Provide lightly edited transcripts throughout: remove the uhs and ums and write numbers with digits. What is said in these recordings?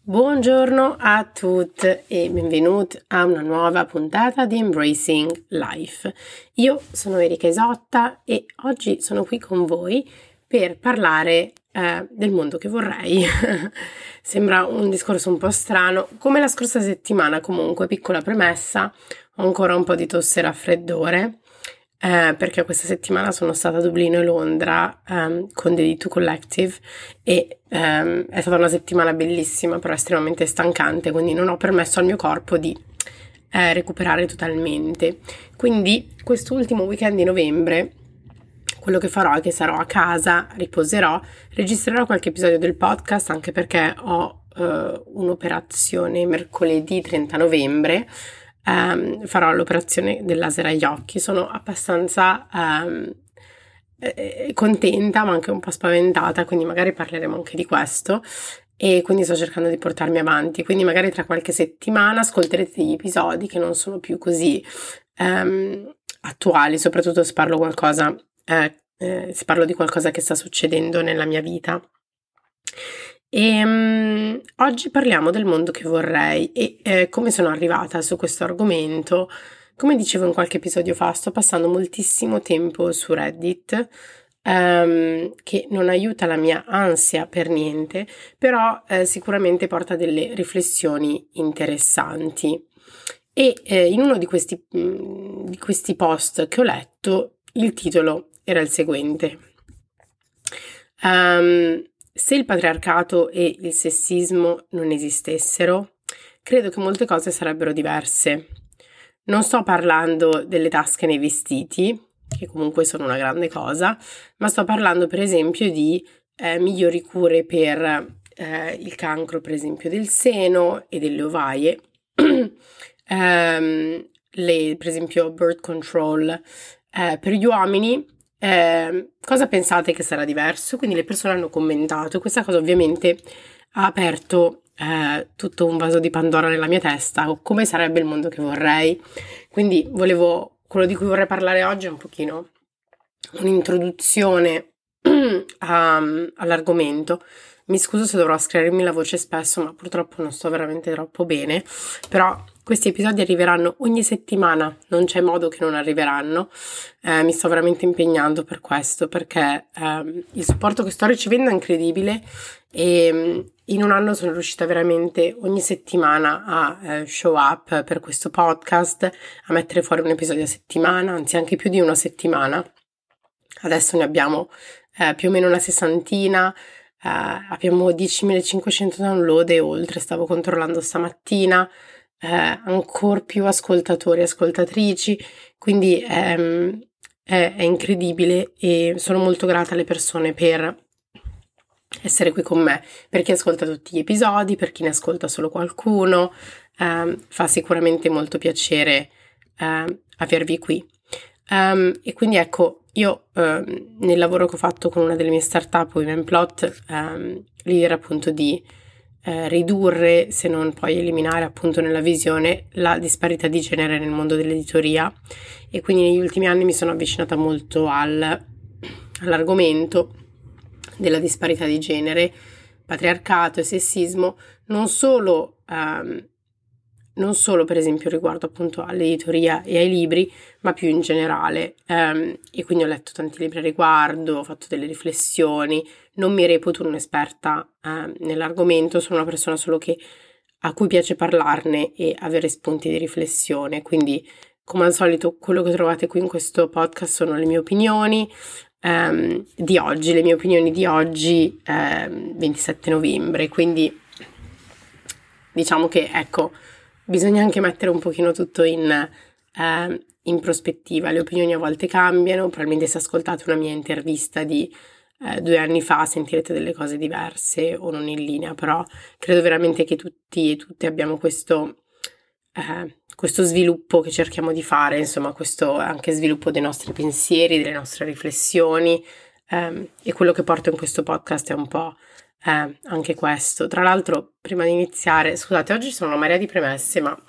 Buongiorno a tutti e benvenuti a una nuova puntata di Embracing Life. Io sono Erika Isotta e oggi sono qui con voi per parlare del mondo che vorrei. Sembra un discorso un po' strano, come la scorsa settimana comunque, piccola premessa, ho ancora un po' di tosse e raffreddore. Perché questa settimana sono stata a Dublino e Londra con The D2 Collective e è stata una settimana bellissima, però estremamente stancante, quindi non ho permesso al mio corpo di recuperare totalmente. Quindi quest'ultimo weekend di novembre quello che farò è che sarò a casa, riposerò, registrerò qualche episodio del podcast, anche perché ho un'operazione mercoledì 30 novembre. Farò l'operazione del laser agli occhi. Sono abbastanza contenta, ma anche un po' spaventata, quindi magari parleremo anche di questo, e quindi sto cercando di portarmi avanti, quindi magari tra qualche settimana ascolterete degli episodi che non sono più così attuali, soprattutto se parlo di qualcosa che sta succedendo nella mia vita. E oggi parliamo del mondo che vorrei e come sono arrivata su questo argomento. Come dicevo in qualche episodio fa, sto passando moltissimo tempo su Reddit, che non aiuta la mia ansia per niente, però sicuramente porta delle riflessioni interessanti. E in uno di questi post che ho letto, il titolo era il seguente: se il patriarcato e il sessismo non esistessero, credo che molte cose sarebbero diverse. Non sto parlando delle tasche nei vestiti, che comunque sono una grande cosa, ma sto parlando per esempio di migliori cure per il cancro, per esempio del seno e delle ovaie, per esempio birth control per gli uomini. Cosa pensate che sarà diverso? Quindi le persone hanno commentato e questa cosa ovviamente ha aperto tutto un vaso di Pandora nella mia testa, o come sarebbe il mondo che vorrei. Quindi quello di cui vorrei parlare oggi è un pochino un'introduzione all'argomento. Mi scuso se dovrò schiarirmi la voce spesso, ma purtroppo non sto veramente troppo bene, però questi episodi arriveranno ogni settimana, non c'è modo che non arriveranno. Mi sto veramente impegnando per questo, perché il supporto che sto ricevendo è incredibile e in un anno sono riuscita veramente ogni settimana a show up per questo podcast, a mettere fuori un episodio a settimana, anzi anche più di una settimana. Adesso ne abbiamo più o meno una sessantina. Abbiamo 10.500 download e oltre, stavo controllando stamattina, ancora più ascoltatori e ascoltatrici, quindi è incredibile e sono molto grata alle persone per essere qui con me, per chi ascolta tutti gli episodi, per chi ne ascolta solo qualcuno. Fa sicuramente molto piacere avervi qui. E quindi ecco, io nel lavoro che ho fatto con una delle mie startup, Womenplot, l'idea era appunto di ridurre, se non poi eliminare appunto nella visione, la disparità di genere nel mondo dell'editoria, e quindi negli ultimi anni mi sono avvicinata molto all'argomento della disparità di genere, patriarcato e sessismo, non solo per esempio riguardo appunto all'editoria e ai libri, ma più in generale, e quindi ho letto tanti libri a riguardo, ho fatto delle riflessioni. Non mi reputo un'esperta nell'argomento, sono una persona solo a cui piace parlarne e avere spunti di riflessione, quindi come al solito quello che trovate qui in questo podcast sono le mie opinioni di oggi, 27 novembre, quindi diciamo che ecco, bisogna anche mettere un pochino tutto in prospettiva. Le opinioni a volte cambiano, probabilmente se ascoltate una mia intervista di 2 anni fa sentirete delle cose diverse o non in linea, però credo veramente che tutti e tutte abbiamo questo sviluppo che cerchiamo di fare, insomma questo anche sviluppo dei nostri pensieri, delle nostre riflessioni, e quello che porto in questo podcast è un po' anche questo. Tra l'altro, prima di iniziare, scusate, oggi sono una marea di premesse, ma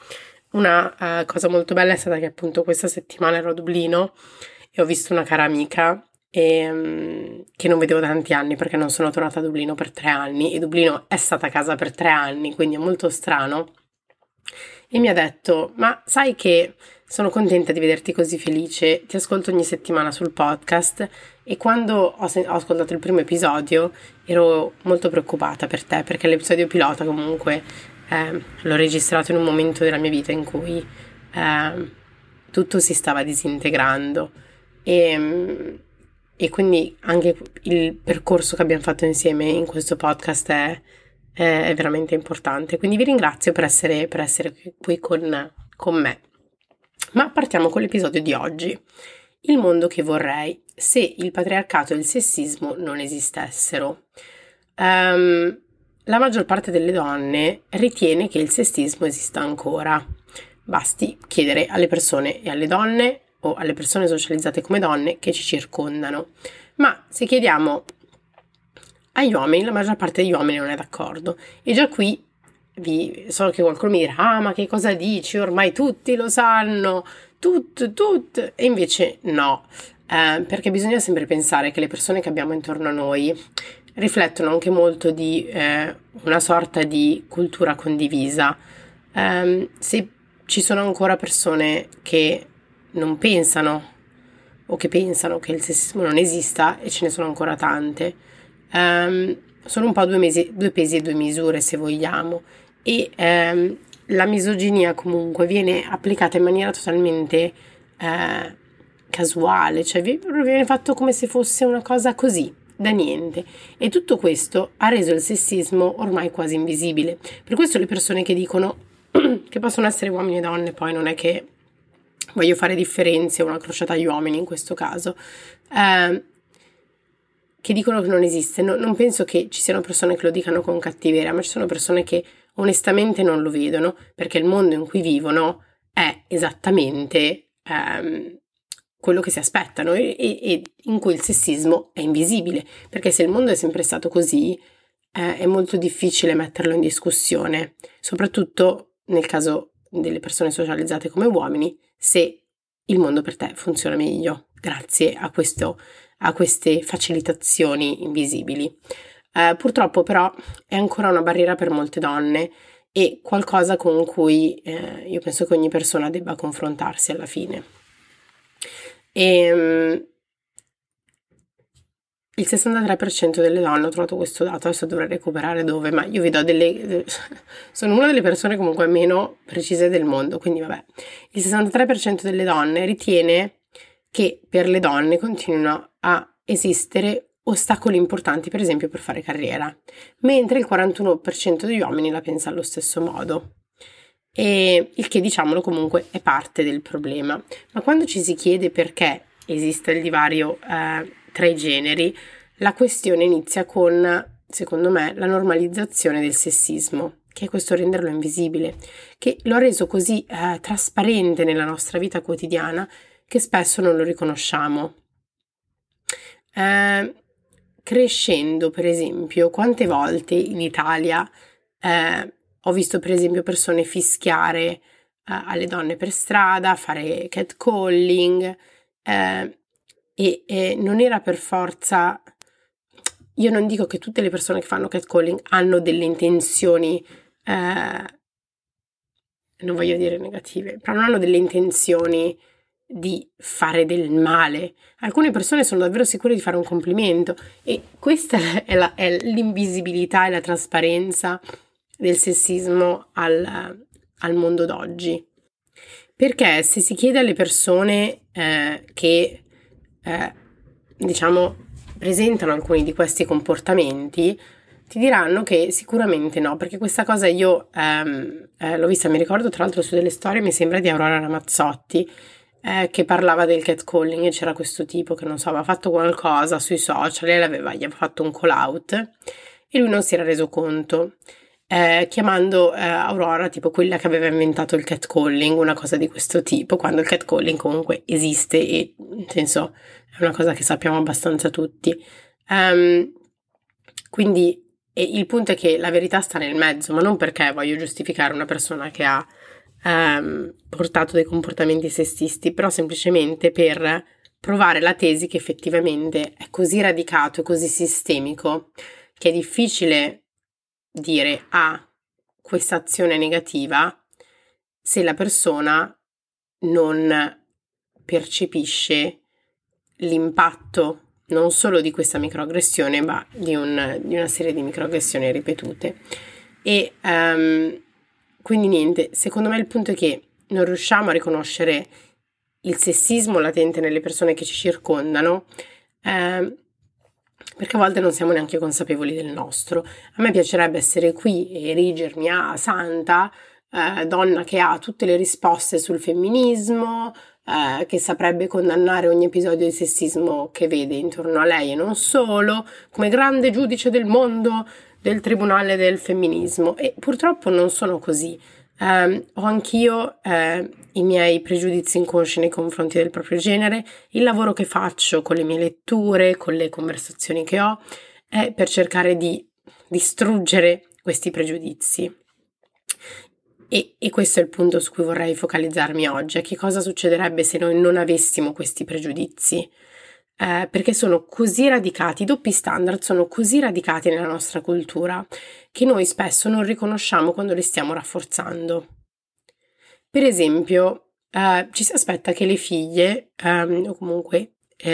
una cosa molto bella è stata che appunto questa settimana ero a Dublino e ho visto una cara amica che non vedevo da tanti anni perché non sono tornata a Dublino per 3 anni e Dublino è stata casa per 3 anni, quindi è molto strano. E mi ha detto: ma sai che sono contenta di vederti così felice, ti ascolto ogni settimana sul podcast e quando ho ascoltato il primo episodio ero molto preoccupata per te perché l'episodio pilota comunque l'ho registrato in un momento della mia vita in cui tutto si stava disintegrando e quindi anche il percorso che abbiamo fatto insieme in questo podcast è veramente importante. Quindi vi ringrazio per essere qui con me. Ma partiamo con l'episodio di oggi. Il mondo che vorrei se il patriarcato e il sessismo non esistessero. La maggior parte delle donne ritiene che il sessismo esista ancora. Basti chiedere alle persone e alle donne o alle persone socializzate come donne che ci circondano. Ma se chiediamo agli uomini, la maggior parte degli uomini non è d'accordo. E già qui so che qualcuno mi dirà: ah, ma che cosa dici? Ormai tutti lo sanno, tutto. E invece no, perché bisogna sempre pensare che le persone che abbiamo intorno a noi riflettono anche molto di una sorta di cultura condivisa. Se ci sono ancora persone che non pensano o che pensano che il sessismo non esista, e ce ne sono ancora tante, sono un po' due pesi e due misure, se vogliamo, e la misoginia comunque viene applicata in maniera totalmente casuale, cioè viene fatto come se fosse una cosa così, da niente, e tutto questo ha reso il sessismo ormai quasi invisibile. Per questo le persone che dicono che possono essere uomini e donne, poi non è che voglio fare differenze o una crociata agli uomini in questo caso, che dicono che non esiste, non penso che ci siano persone che lo dicano con cattiveria, ma ci sono persone che onestamente non lo vedono, perché il mondo in cui vivono è esattamente quello che si aspettano e in cui il sessismo è invisibile, perché se il mondo è sempre stato così è molto difficile metterlo in discussione, soprattutto nel caso delle persone socializzate come uomini, se il mondo per te funziona meglio grazie a queste facilitazioni invisibili. Purtroppo però è ancora una barriera per molte donne e qualcosa con cui io penso che ogni persona debba confrontarsi alla fine. Il 63% delle donne, ho trovato questo dato, adesso dovrei recuperare dove, ma io vi do sono una delle persone comunque meno precise del mondo, quindi vabbè. Il 63% delle donne ritiene che per le donne continuino a esistere ostacoli importanti, per esempio per fare carriera, mentre il 41% degli uomini la pensa allo stesso modo. E il che, diciamolo, comunque è parte del problema. Ma quando ci si chiede perché esiste il divario tra i generi, la questione inizia con, secondo me, la normalizzazione del sessismo, che è questo renderlo invisibile, che lo ha reso così trasparente nella nostra vita quotidiana che spesso non lo riconosciamo. Crescendo, per esempio, quante volte in Italia ho visto per esempio persone fischiare alle donne per strada, fare catcalling, e non era per forza. Io non dico che tutte le persone che fanno catcalling hanno delle intenzioni, non voglio dire negative, però non hanno delle intenzioni di fare del male. Alcune persone sono davvero sicure di fare un complimento, e questa è l'invisibilità e la trasparenza del sessismo al mondo d'oggi. Perché se si chiede alle persone che diciamo presentano alcuni di questi comportamenti, ti diranno che sicuramente no, perché questa cosa io l'ho vista, mi ricordo tra l'altro su delle storie, mi sembra di Aurora Ramazzotti, che parlava del catcalling, e c'era questo tipo che non so, aveva fatto qualcosa sui social e gli aveva fatto un call out e lui non si era reso conto, chiamando Aurora tipo quella che aveva inventato il catcalling, una cosa di questo tipo, quando il catcalling comunque esiste e nel senso è una cosa che sappiamo abbastanza tutti. Quindi il punto è che la verità sta nel mezzo, ma non perché voglio giustificare una persona che ha portato dei comportamenti sessisti, però semplicemente per provare la tesi che effettivamente è così radicato e così sistemico che è difficile dire questa azione negativa se la persona non percepisce l'impatto non solo di questa microaggressione, ma di una serie di microaggressioni ripetute. E quindi niente, secondo me il punto è che non riusciamo a riconoscere il sessismo latente nelle persone che ci circondano, perché a volte non siamo neanche consapevoli del nostro. A me piacerebbe essere qui e erigermi a santa, donna che ha tutte le risposte sul femminismo, che saprebbe condannare ogni episodio di sessismo che vede intorno a lei e non solo, come grande giudice del mondo del tribunale del femminismo. E purtroppo non sono così. Ho anch'io i miei pregiudizi inconsci nei confronti del proprio genere. Il lavoro che faccio con le mie letture, con le conversazioni che ho, è per cercare di distruggere questi pregiudizi. E questo è il punto su cui vorrei focalizzarmi oggi. Che cosa succederebbe se noi non avessimo questi pregiudizi? Perché sono così radicati, i doppi standard sono così radicati nella nostra cultura che noi spesso non riconosciamo quando li stiamo rafforzando. Per esempio, ci si aspetta che le figlie, o comunque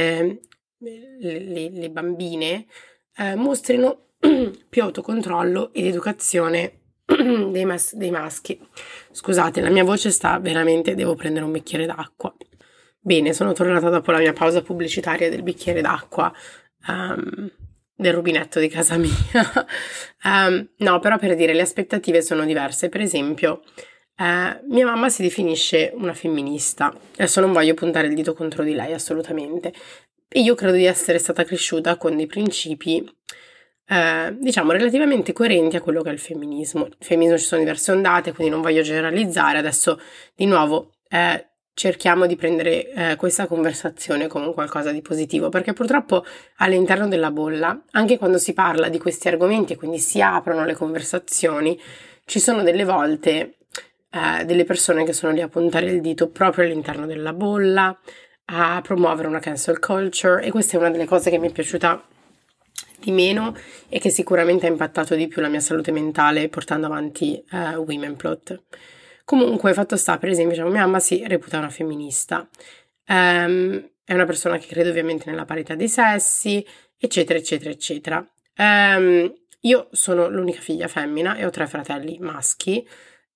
le bambine, mostrino più autocontrollo ed educazione dei maschi. Scusate, la mia voce sta veramente, devo prendere un bicchiere d'acqua. Bene, sono tornata dopo la mia pausa pubblicitaria del bicchiere d'acqua del rubinetto di casa mia. No, però per dire, le aspettative sono diverse. Per esempio, mia mamma si definisce una femminista. Adesso non voglio puntare il dito contro di lei, assolutamente. E io credo di essere stata cresciuta con dei principi diciamo relativamente coerenti a quello che è il femminismo. Il femminismo ci sono diverse ondate, quindi non voglio generalizzare. Adesso di nuovo cerchiamo di prendere questa conversazione come qualcosa di positivo, perché purtroppo all'interno della bolla, anche quando si parla di questi argomenti e quindi si aprono le conversazioni, ci sono delle volte delle persone che sono lì a puntare il dito proprio all'interno della bolla, a promuovere una cancel culture, e questa è una delle cose che mi è piaciuta di meno e che sicuramente ha impattato di più la mia salute mentale portando avanti Women Plot. Comunque, fatto sta, per esempio, mia mamma si reputa una femminista, è una persona che crede ovviamente nella parità dei sessi, eccetera, eccetera, eccetera. Io sono l'unica figlia femmina e ho 3 fratelli maschi.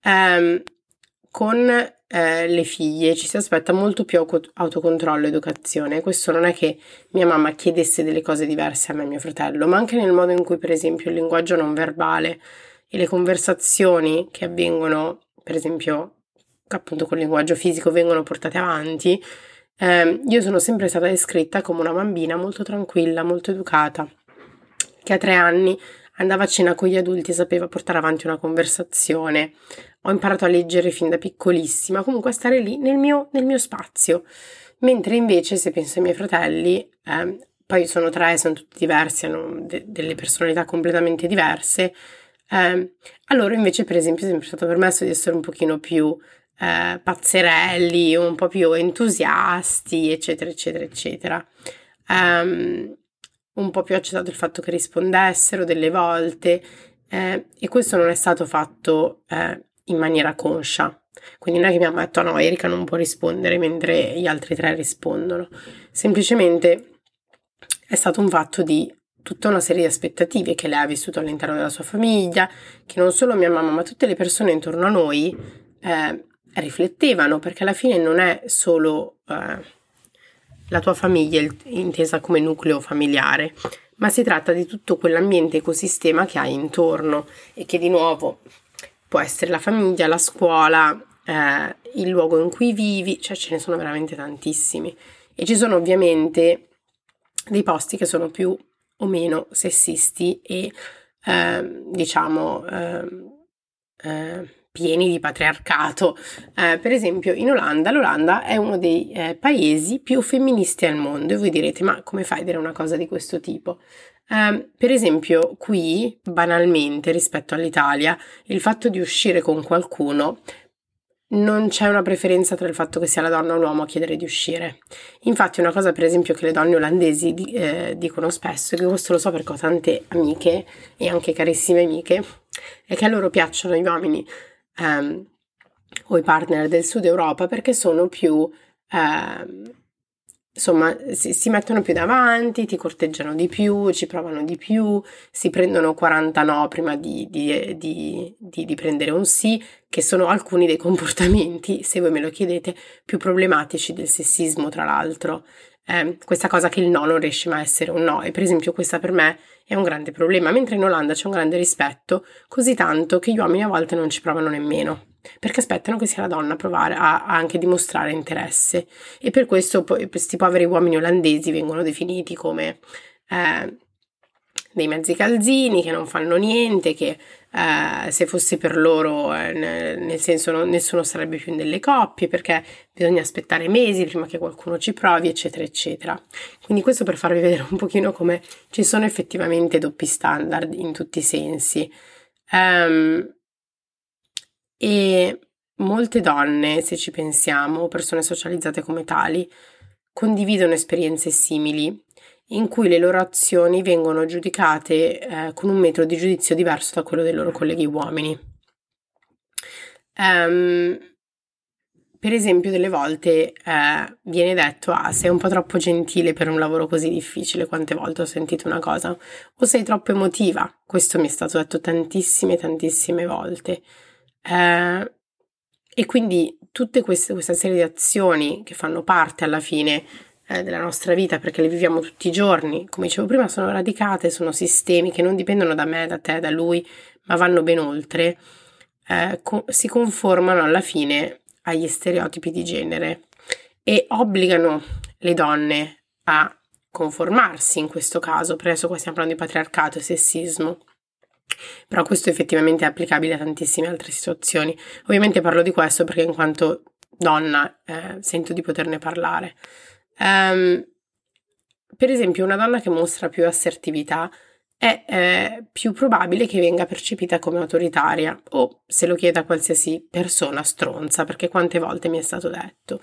Con le figlie ci si aspetta molto più autocontrollo e educazione. Questo non è che mia mamma chiedesse delle cose diverse a me e mio fratello, ma anche nel modo in cui, per esempio, il linguaggio non verbale e le conversazioni che avvengono, per esempio, appunto col linguaggio fisico, vengono portate avanti. Io sono sempre stata descritta come una bambina molto tranquilla, molto educata, che a 3 anni andava a cena con gli adulti e sapeva portare avanti una conversazione. Ho imparato a leggere fin da piccolissima, comunque a stare lì nel mio spazio. Mentre invece, se penso ai miei fratelli, poi sono 3, sono tutti diversi, hanno delle personalità completamente diverse, a loro invece, per esempio, è sempre stato permesso di essere un pochino più pazzerelli, un po' più entusiasti, eccetera, eccetera, eccetera. Un po' più accettato il fatto che rispondessero delle volte, e questo non è stato fatto in maniera conscia. Quindi non è che mi ha detto no, Erika non può rispondere mentre gli altri 3 rispondono. Semplicemente è stato un fatto di tutta una serie di aspettative che lei ha vissuto all'interno della sua famiglia, che non solo mia mamma ma tutte le persone intorno a noi riflettevano, perché alla fine non è solo la tua famiglia intesa come nucleo familiare, ma si tratta di tutto quell'ambiente ecosistema che hai intorno e che di nuovo può essere la famiglia, la scuola, il luogo in cui vivi, cioè ce ne sono veramente tantissimi. E ci sono ovviamente dei posti che sono più o meno sessisti e diciamo pieni di patriarcato. Per esempio in Olanda, l'Olanda è uno dei paesi più femministi al mondo, e voi direte ma come fai a dire una cosa di questo tipo? Per esempio qui banalmente rispetto all'Italia il fatto di uscire con qualcuno non c'è una preferenza tra il fatto che sia la donna o l'uomo a chiedere di uscire. Infatti una cosa per esempio che le donne olandesi dicono spesso, e che questo lo so perché ho tante amiche e anche carissime amiche, è che a loro piacciono gli uomini o i partner del Sud Europa perché sono più... insomma, si mettono più davanti, ti corteggiano di più, ci provano di più, si prendono 40 no prima di prendere un sì, che sono alcuni dei comportamenti, se voi me lo chiedete, più problematici del sessismo, tra l'altro. Questa cosa che il no non riesce mai a essere un no, e per esempio questa per me è un grande problema, mentre in Olanda c'è un grande rispetto, così tanto che gli uomini a volte non ci provano nemmeno, perché aspettano che sia la donna a provare a anche dimostrare interesse, e per questo questi poveri uomini olandesi vengono definiti come dei mezzi calzini che non fanno niente, che se fosse per loro nel senso nessuno sarebbe più nelle coppie perché bisogna aspettare mesi prima che qualcuno ci provi, eccetera eccetera. Quindi questo per farvi vedere un pochino come ci sono effettivamente doppi standard in tutti i sensi. E molte donne, se ci pensiamo, persone socializzate come tali, condividono esperienze simili in cui le loro azioni vengono giudicate con un metro di giudizio diverso da quello dei loro colleghi uomini. Per esempio, delle volte viene detto: sei un po' troppo gentile per un lavoro così difficile. Quante volte ho sentito una cosa? O sei troppo emotiva. Questo mi è stato detto tantissime volte. E quindi tutte questa serie di azioni che fanno parte alla fine della nostra vita, perché le viviamo tutti i giorni, come dicevo prima, sono radicate, sono sistemi che non dipendono da me, da te, da lui, ma vanno ben oltre, si conformano alla fine agli stereotipi di genere e obbligano le donne a conformarsi in questo caso. Per adesso qua stiamo parlando di patriarcato e sessismo, però questo effettivamente è applicabile a tantissime altre situazioni. Ovviamente parlo di questo perché in quanto donna sento di poterne parlare. Per esempio, una donna che mostra più assertività è più probabile che venga percepita come autoritaria, o, se lo chiede a qualsiasi persona, stronza, perché quante volte mi è stato detto.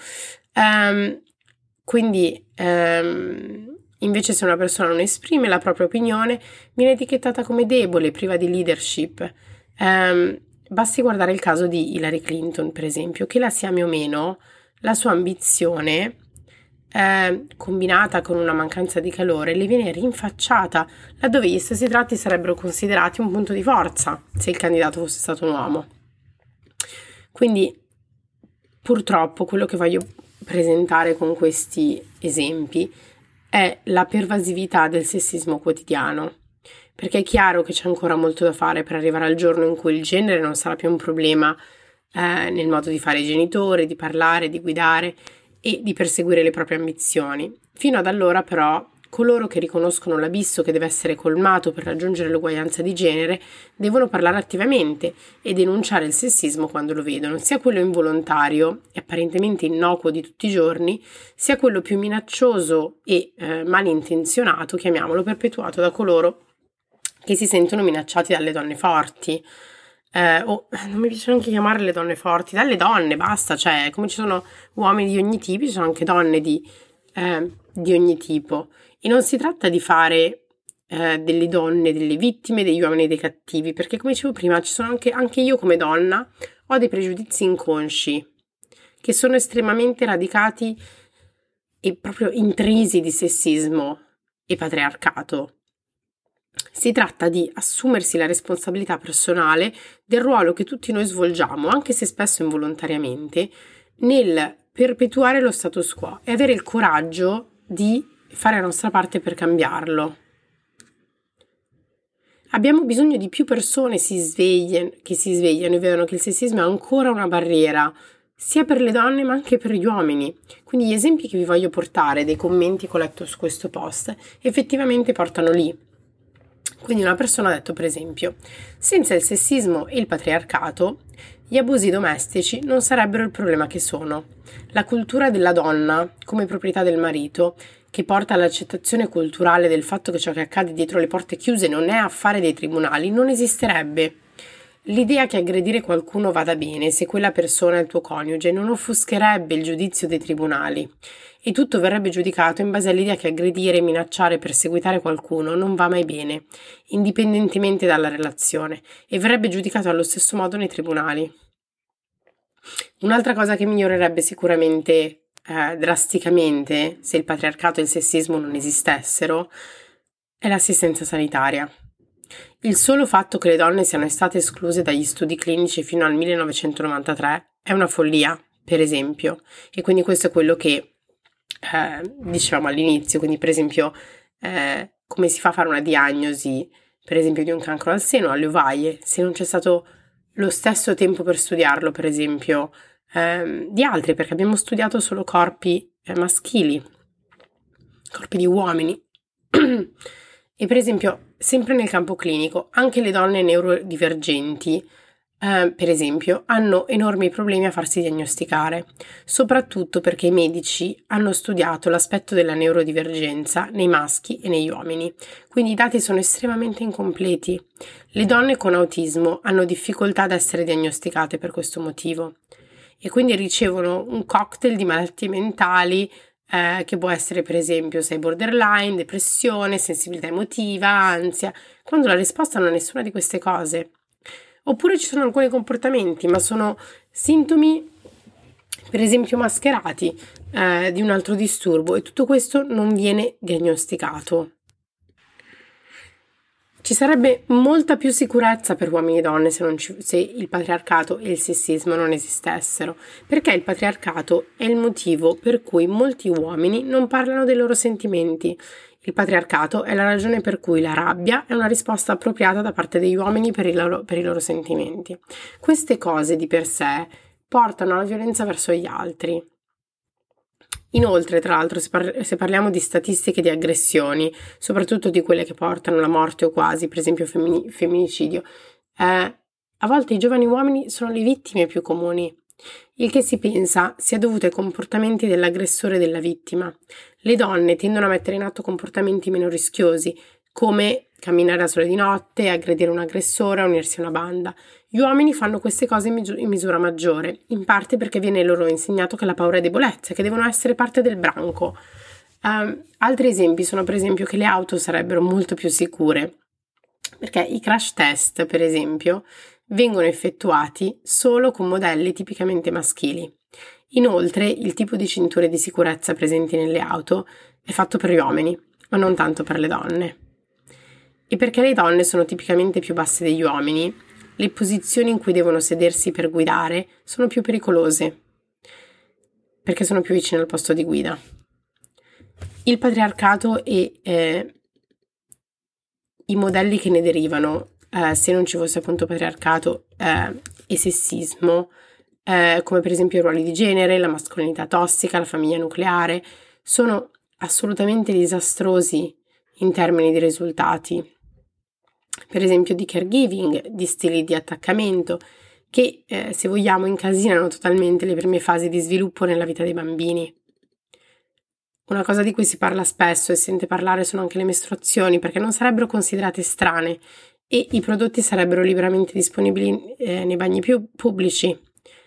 Quindi invece se una persona non esprime la propria opinione viene etichettata come debole, priva di leadership. Basti guardare il caso di Hillary Clinton, per esempio, che la sia o meno, la sua ambizione combinata con una mancanza di calore le viene rinfacciata, laddove gli stessi tratti sarebbero considerati un punto di forza se il candidato fosse stato un uomo. Quindi purtroppo quello che voglio presentare con questi esempi è la pervasività del sessismo quotidiano, perché è chiaro che c'è ancora molto da fare per arrivare al giorno in cui il genere non sarà più un problema nel modo di fare i genitori, di parlare, di guidare e di perseguire le proprie ambizioni. Fino ad allora però coloro che riconoscono l'abisso che deve essere colmato per raggiungere l'uguaglianza di genere devono parlare attivamente e denunciare il sessismo quando lo vedono, sia quello involontario e apparentemente innocuo di tutti i giorni, sia quello più minaccioso e malintenzionato, chiamiamolo, perpetuato da coloro che si sentono minacciati dalle donne forti. Non mi piace neanche chiamare le donne forti, dalle donne, basta, cioè come ci sono uomini di ogni tipo, ci sono anche donne di ogni tipo, e non si tratta di fare delle donne delle vittime, degli uomini dei cattivi, perché come dicevo prima ci sono anche io come donna ho dei pregiudizi inconsci che sono estremamente radicati e proprio intrisi di sessismo e patriarcato. Si tratta di assumersi la responsabilità personale del ruolo che tutti noi svolgiamo, anche se spesso involontariamente, nel perpetuare lo status quo e avere il coraggio di fare la nostra parte per cambiarlo. Abbiamo bisogno di più persone che si svegliano e vedono che il sessismo è ancora una barriera, sia per le donne ma anche per gli uomini. Quindi gli esempi che vi voglio portare dei commenti che ho letto su questo post effettivamente portano lì. Quindi una persona ha detto, per esempio: senza il sessismo e il patriarcato, gli abusi domestici non sarebbero il problema che sono. La cultura della donna come proprietà del marito, che porta all'accettazione culturale del fatto che ciò che accade dietro le porte chiuse non è affare dei tribunali, non esisterebbe. L'idea che aggredire qualcuno vada bene se quella persona è il tuo coniuge non offuscherebbe il giudizio dei tribunali e tutto verrebbe giudicato in base all'idea che aggredire, minacciare, perseguitare qualcuno non va mai bene, indipendentemente dalla relazione, e verrebbe giudicato allo stesso modo nei tribunali. Un'altra cosa che migliorerebbe sicuramente drasticamente se il patriarcato e il sessismo non esistessero è l'assistenza sanitaria. Il solo fatto che le donne siano state escluse dagli studi clinici fino al 1993 è una follia, per esempio, e quindi questo è quello che dicevamo all'inizio, quindi per esempio come si fa a fare una diagnosi, per esempio di un cancro al seno, alle ovaie, se non c'è stato lo stesso tempo per studiarlo, per esempio, di altri, perché abbiamo studiato solo corpi maschili, corpi di uomini. E per esempio, sempre nel campo clinico, anche le donne neurodivergenti, per esempio, hanno enormi problemi a farsi diagnosticare, soprattutto perché i medici hanno studiato l'aspetto della neurodivergenza nei maschi e negli uomini, quindi i dati sono estremamente incompleti. Le donne con autismo hanno difficoltà ad essere diagnosticate per questo motivo e quindi ricevono un cocktail di malattie mentali che può essere per esempio sei borderline, depressione, sensibilità emotiva, ansia, quando la risposta non è nessuna di queste cose. Oppure ci sono alcuni comportamenti, ma sono sintomi per esempio mascherati di un altro disturbo e tutto questo non viene diagnosticato. Ci sarebbe molta più sicurezza per uomini e donne se il patriarcato e il sessismo non esistessero, perché il patriarcato è il motivo per cui molti uomini non parlano dei loro sentimenti. Il patriarcato è la ragione per cui la rabbia è una risposta appropriata da parte degli uomini per i loro sentimenti. Queste cose di per sé portano alla violenza verso gli altri. Inoltre, tra l'altro, se parliamo di statistiche di aggressioni, soprattutto di quelle che portano alla morte o quasi, per esempio femminicidio, a volte i giovani uomini sono le vittime più comuni, il che si pensa sia dovuto ai comportamenti dell'aggressore e della vittima. Le donne tendono a mettere in atto comportamenti meno rischiosi, come camminare da sole di notte, aggredire un aggressore, unirsi a una banda. Gli uomini fanno queste cose in misura maggiore, in parte perché viene loro insegnato che la paura è debolezza, che devono essere parte del branco. Altri esempi sono per esempio che le auto sarebbero molto più sicure, perché i crash test, per esempio, vengono effettuati solo con modelli tipicamente maschili. Inoltre, il tipo di cinture di sicurezza presenti nelle auto è fatto per gli uomini, ma non tanto per le donne. E perché le donne sono tipicamente più basse degli uomini, le posizioni in cui devono sedersi per guidare sono più pericolose, perché sono più vicine al posto di guida. Il patriarcato e i modelli che ne derivano, se non ci fosse appunto patriarcato e sessismo, come per esempio i ruoli di genere, la mascolinità tossica, la famiglia nucleare, sono assolutamente disastrosi in termini di risultati. Per esempio di caregiving, di stili di attaccamento, che se vogliamo incasinano totalmente le prime fasi di sviluppo nella vita dei bambini. Una cosa di cui si parla spesso e sente parlare sono anche le mestruazioni, perché non sarebbero considerate strane e i prodotti sarebbero liberamente disponibili nei bagni più pubblici.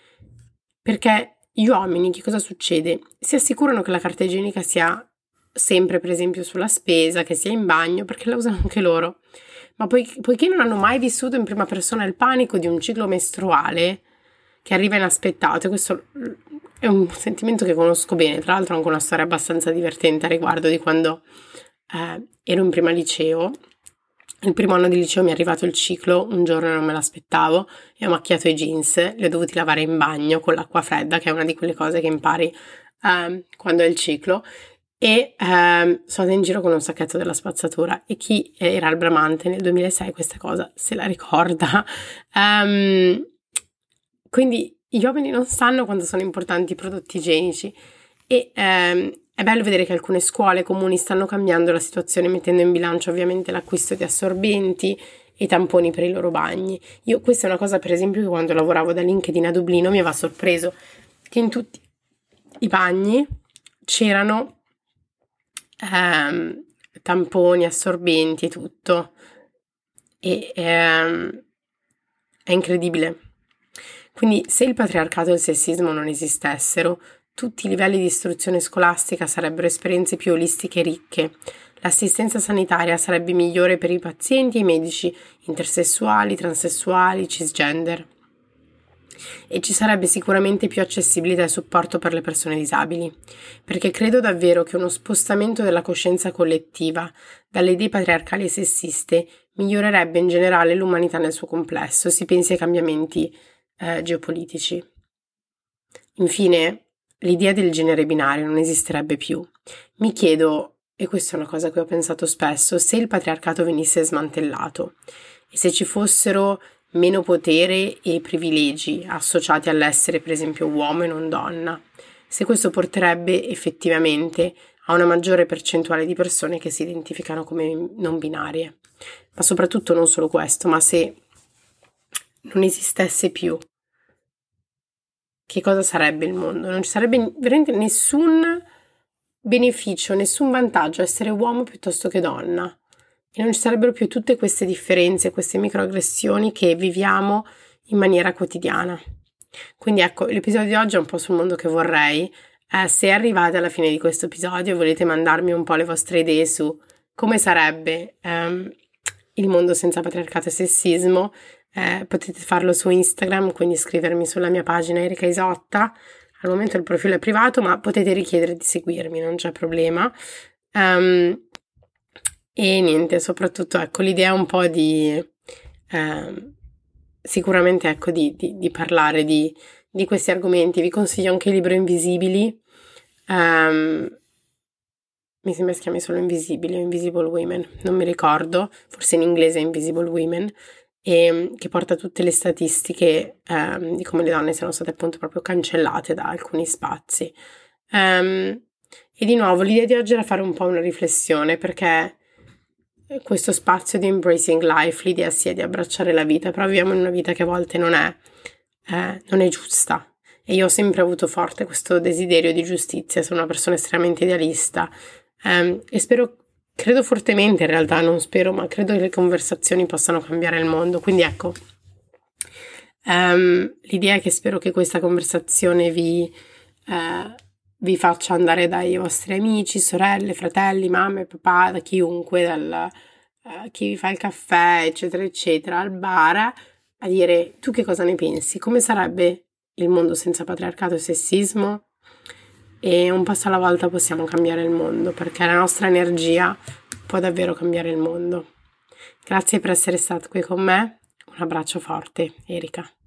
Perché gli uomini, che cosa succede? Si assicurano che la carta igienica sia sempre, per esempio, sulla spesa, che sia in bagno, perché la usano anche loro. Ma poiché non hanno mai vissuto in prima persona il panico di un ciclo mestruale che arriva inaspettato, questo è un sentimento che conosco bene, tra l'altro ho anche una storia abbastanza divertente a riguardo di quando ero in prima liceo. Il primo anno di liceo mi è arrivato il ciclo, un giorno non me l'aspettavo e ho macchiato i jeans, li ho dovuti lavare in bagno con l'acqua fredda, che è una di quelle cose che impari quando è il ciclo, e sono andata in giro con un sacchetto della spazzatura e chi era al Bramante nel 2006 questa cosa se la ricorda. Quindi gli uomini non sanno quanto sono importanti i prodotti igienici e è bello vedere che alcune scuole comuni stanno cambiando la situazione, mettendo in bilancio ovviamente l'acquisto di assorbenti e tamponi per i loro bagni. Questa è una cosa per esempio che quando lavoravo da LinkedIn a Dublino mi aveva sorpreso, che in tutti i bagni c'erano tamponi, assorbenti e tutto. È È incredibile. Quindi se il patriarcato e il sessismo non esistessero, tutti i livelli di istruzione scolastica sarebbero esperienze più olistiche e ricche. L'assistenza sanitaria sarebbe migliore per i pazienti e i medici intersessuali, transessuali, cisgender. E ci sarebbe sicuramente più accessibilità e supporto per le persone disabili, perché credo davvero che uno spostamento della coscienza collettiva dalle idee patriarcali e sessiste migliorerebbe in generale l'umanità nel suo complesso, si pensi ai cambiamenti geopolitici. Infine, l'idea del genere binario non esisterebbe più. Mi chiedo, e questa è una cosa che ho pensato spesso, se il patriarcato venisse smantellato e se ci fossero meno potere e privilegi associati all'essere per esempio uomo e non donna, se questo porterebbe effettivamente a una maggiore percentuale di persone che si identificano come non binarie. Ma soprattutto non solo questo, ma se non esistesse più, che cosa sarebbe il mondo? Non ci sarebbe veramente nessun beneficio, nessun vantaggio a essere uomo piuttosto che donna. E non ci sarebbero più tutte queste differenze, queste microaggressioni che viviamo in maniera quotidiana. Quindi ecco, l'episodio di oggi è un po' sul mondo che vorrei. Se arrivate alla fine di questo episodio e volete mandarmi un po' le vostre idee su come sarebbe il mondo senza patriarcato e sessismo, potete farlo su Instagram, quindi scrivermi sulla mia pagina Erika Isotta. Al momento il profilo è privato, ma potete richiedere di seguirmi, non c'è problema. E niente, soprattutto ecco, l'idea è un po' di sicuramente ecco di parlare di questi argomenti. Vi consiglio anche il libro Invisibili, mi sembra si chiami solo Invisibili o Invisible Women, non mi ricordo, forse in inglese è Invisible Women, e che porta tutte le statistiche di come le donne siano state appunto proprio cancellate da alcuni spazi. E di nuovo l'idea di oggi era fare un po' una riflessione, perché questo spazio di embracing life, l'idea sia di abbracciare la vita, però viviamo in una vita che a volte non è giusta, e io ho sempre avuto forte questo desiderio di giustizia, sono una persona estremamente idealista, e credo fortemente, in realtà non spero, ma credo che le conversazioni possano cambiare il mondo, quindi ecco, l'idea è che spero che questa conversazione vi faccia andare dai vostri amici, sorelle, fratelli, mamme, papà, da chiunque, chi vi fa il caffè, eccetera, eccetera, al bar, a dire: tu che cosa ne pensi? Come sarebbe il mondo senza patriarcato e sessismo? E un passo alla volta possiamo cambiare il mondo, perché la nostra energia può davvero cambiare il mondo. Grazie per essere stato qui con me, un abbraccio forte, Erika.